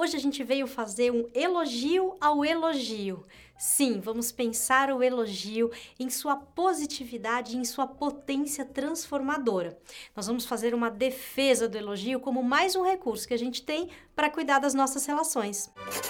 Hoje a gente veio fazer um elogio ao elogio. Sim, vamos pensar o elogio em sua positividade e em sua potência transformadora. Nós vamos fazer uma defesa do elogio como mais um recurso que a gente tem para cuidar das nossas relações.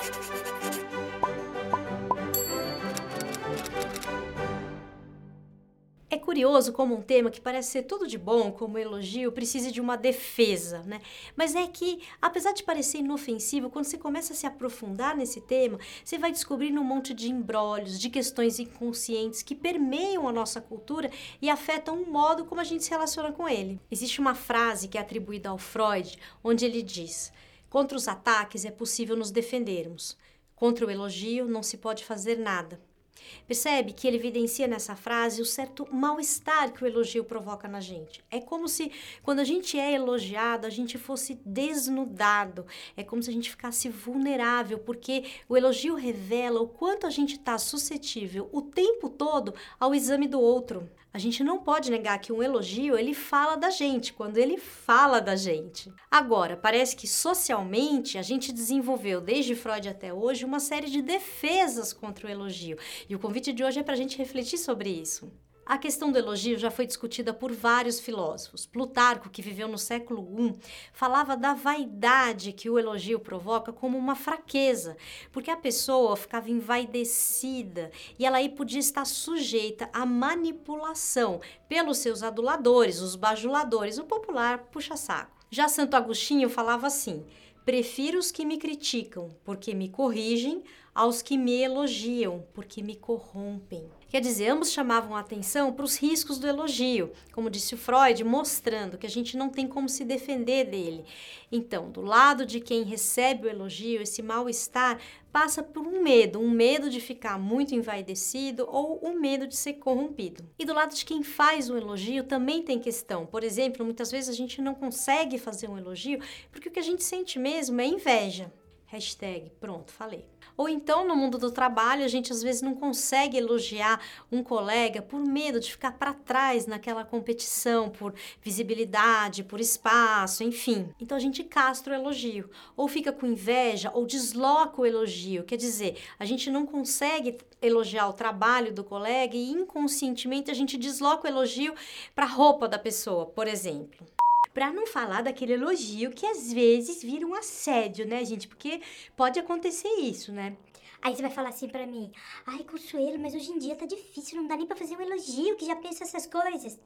É curioso como um tema que parece ser tudo de bom, como elogio, precise de uma defesa, né? Mas é que, apesar de parecer inofensivo, quando você começa a se aprofundar nesse tema, você vai descobrindo um monte de imbróglios, de questões inconscientes que permeiam a nossa cultura e afetam o modo como a gente se relaciona com ele. Existe uma frase que é atribuída ao Freud, onde ele diz: contra os ataques é possível nos defendermos, contra o elogio não se pode fazer nada. Percebe que ele evidencia nessa frase o certo mal-estar que o elogio provoca na gente. É como se, quando a gente é elogiado, a gente fosse desnudado. É como se a gente ficasse vulnerável, porque o elogio revela o quanto a gente está suscetível o tempo todo ao exame do outro. A gente não pode negar que um elogio, ele fala da gente, quando ele fala da gente. Agora, parece que socialmente a gente desenvolveu, desde Freud até hoje, uma série de defesas contra o elogio. E o convite de hoje é para a gente refletir sobre isso. A questão do elogio já foi discutida por vários filósofos. Plutarco, que viveu no século I, falava da vaidade que o elogio provoca como uma fraqueza, porque a pessoa ficava envaidecida e ela aí podia estar sujeita à manipulação pelos seus aduladores, os bajuladores, o popular puxa-saco. Já Santo Agostinho falava assim: prefiro os que me criticam, porque me corrigem, aos que me elogiam, porque me corrompem. Quer dizer, ambos chamavam a atenção para os riscos do elogio, como disse o Freud, mostrando que a gente não tem como se defender dele. Então, do lado de quem recebe o elogio, esse mal-estar passa por um medo de ficar muito envaidecido ou um medo de ser corrompido. E do lado de quem faz o elogio também tem questão. Por exemplo, muitas vezes a gente não consegue fazer um elogio porque o que a gente sente mesmo é inveja. Hashtag, pronto, falei. Ou então, no mundo do trabalho, a gente às vezes não consegue elogiar um colega por medo de ficar para trás naquela competição, por visibilidade, por espaço, enfim. Então a gente castra o elogio, ou fica com inveja, ou desloca o elogio. Quer dizer, a gente não consegue elogiar o trabalho do colega e inconscientemente a gente desloca o elogio para a roupa da pessoa, por exemplo. Pra não falar daquele elogio que às vezes vira um assédio, né, gente? Porque pode acontecer isso, né? Aí você vai falar assim pra mim: ai, Consuelo, mas hoje em dia tá difícil, não dá nem pra fazer um elogio, que já pensa essas coisas.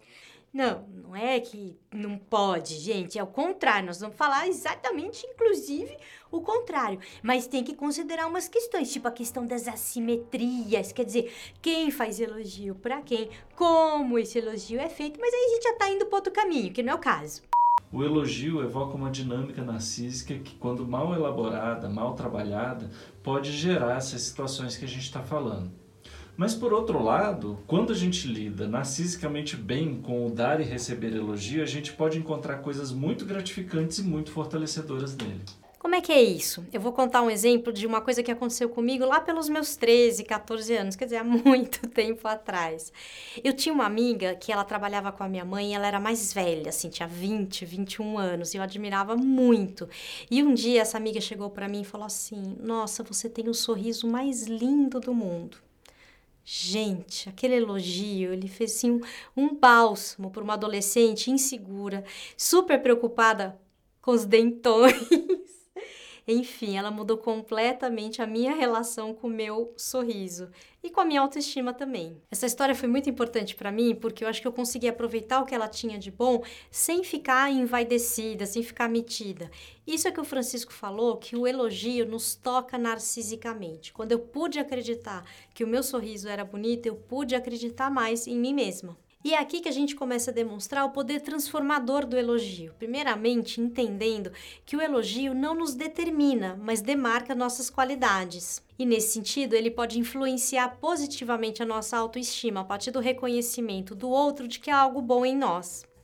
Não é que não pode, gente, é o contrário. Nós vamos falar exatamente, inclusive, o contrário. Mas tem que considerar umas questões, tipo a questão das assimetrias, quer dizer, quem faz elogio pra quem, como esse elogio é feito, mas aí a gente já tá indo pro outro caminho, que não é o caso. O elogio evoca uma dinâmica narcísica que, quando mal elaborada, mal trabalhada, pode gerar essas situações que a gente está falando. Mas, por outro lado, quando a gente lida narcisicamente bem com o dar e receber elogio, a gente pode encontrar coisas muito gratificantes e muito fortalecedoras nele. Como é que é isso? Eu vou contar um exemplo de uma coisa que aconteceu comigo lá pelos meus 13, 14 anos, quer dizer, há muito tempo atrás. Eu tinha uma amiga que ela trabalhava com a minha mãe, ela era mais velha, assim, tinha 20, 21 anos, e eu admirava muito. E um dia essa amiga chegou para mim e falou assim: nossa, você tem o sorriso mais lindo do mundo. Gente, aquele elogio, ele fez assim um bálsamo para uma adolescente insegura, super preocupada com os dentões. Enfim, ela mudou completamente a minha relação com o meu sorriso e com a minha autoestima também. Essa história foi muito importante para mim porque eu acho que eu consegui aproveitar o que ela tinha de bom sem ficar envaidecida, sem ficar metida. Isso é que o Francisco falou, que o elogio nos toca narcisicamente. Quando eu pude acreditar que o meu sorriso era bonito, eu pude acreditar mais em mim mesma. E é aqui que a gente começa a demonstrar o poder transformador do elogio. Primeiramente, entendendo que o elogio não nos determina, mas demarca nossas qualidades. E nesse sentido, ele pode influenciar positivamente a nossa autoestima a partir do reconhecimento do outro de que há algo bom em nós.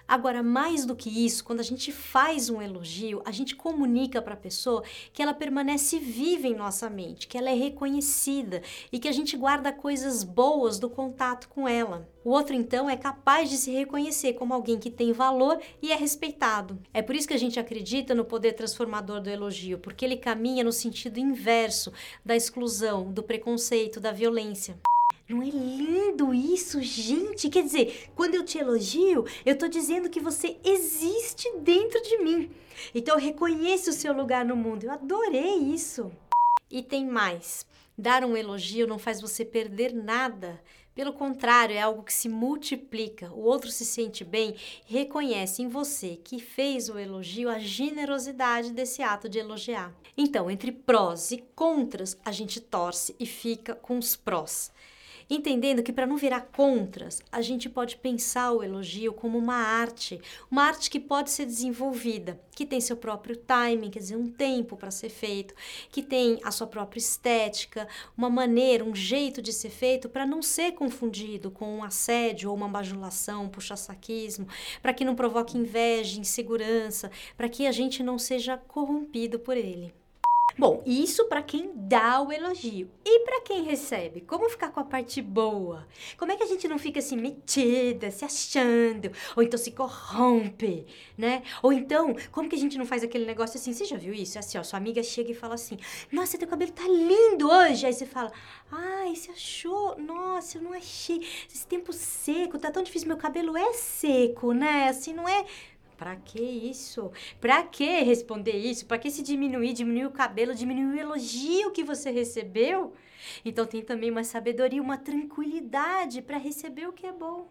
Agora, mais do que isso, quando a gente faz um elogio, a gente comunica para a pessoa que ela permanece viva em nossa mente, que ela é reconhecida e que a gente guarda coisas boas do contato com ela. O outro, então, é capaz de se reconhecer como alguém que tem valor e é respeitado. É por isso que a gente acredita no poder transformador do elogio, porque ele caminha no sentido inverso da exclusão, do preconceito, da violência. Não é lindo isso, gente? Quer dizer, quando eu te elogio, eu tô dizendo que você existe dentro de mim. Então eu reconheço o seu lugar no mundo. Eu adorei isso. E tem mais. Dar um elogio não faz você perder nada. Pelo contrário, é algo que se multiplica. O outro se sente bem e reconhece em você que fez o elogio a generosidade desse ato de elogiar. Então, entre prós e contras, a gente torce e fica com os prós. Entendendo que para não virar contras, a gente pode pensar o elogio como uma arte que pode ser desenvolvida, que tem seu próprio timing, quer dizer, um tempo para ser feito, que tem a sua própria estética, uma maneira, um jeito de ser feito para não ser confundido com um assédio ou uma bajulação, um puxa-saquismo, para que não provoque inveja, insegurança, para que a gente não seja corrompido por ele. Bom, isso para quem dá o elogio. E para quem recebe? Como ficar com a parte boa? Como é que a gente não fica assim metida, se achando, ou então se corrompe, né? Ou então, como que a gente não faz aquele negócio assim? Você já viu isso? É assim, ó, sua amiga chega e fala assim: "Nossa, teu cabelo tá lindo hoje". Aí você fala: "Ai, você achou? Nossa, eu não achei. Esse tempo seco, tá tão difícil, meu cabelo é seco, né? Assim, não é. Pra que isso? Pra que responder isso? Pra que se diminuir o cabelo, diminuir o elogio que você recebeu? Então tem também uma sabedoria, uma tranquilidade para receber o que é bom.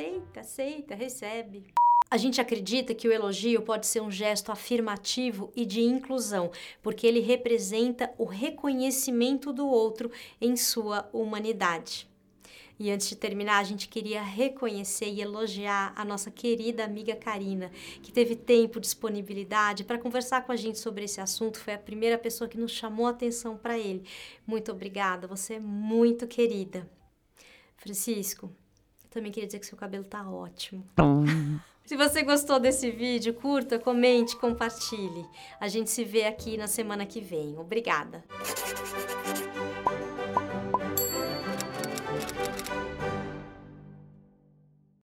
Aceita, recebe. A gente acredita que o elogio pode ser um gesto afirmativo e de inclusão, porque ele representa o reconhecimento do outro em sua humanidade. E antes de terminar, a gente queria reconhecer e elogiar a nossa querida amiga Karina, que teve tempo, disponibilidade para conversar com a gente sobre esse assunto. Foi a primeira pessoa que nos chamou a atenção para ele. Muito obrigada, você é muito querida. Francisco, eu também queria dizer que seu cabelo tá ótimo. Se você gostou desse vídeo, curta, comente, compartilhe. A gente se vê aqui na semana que vem. Obrigada!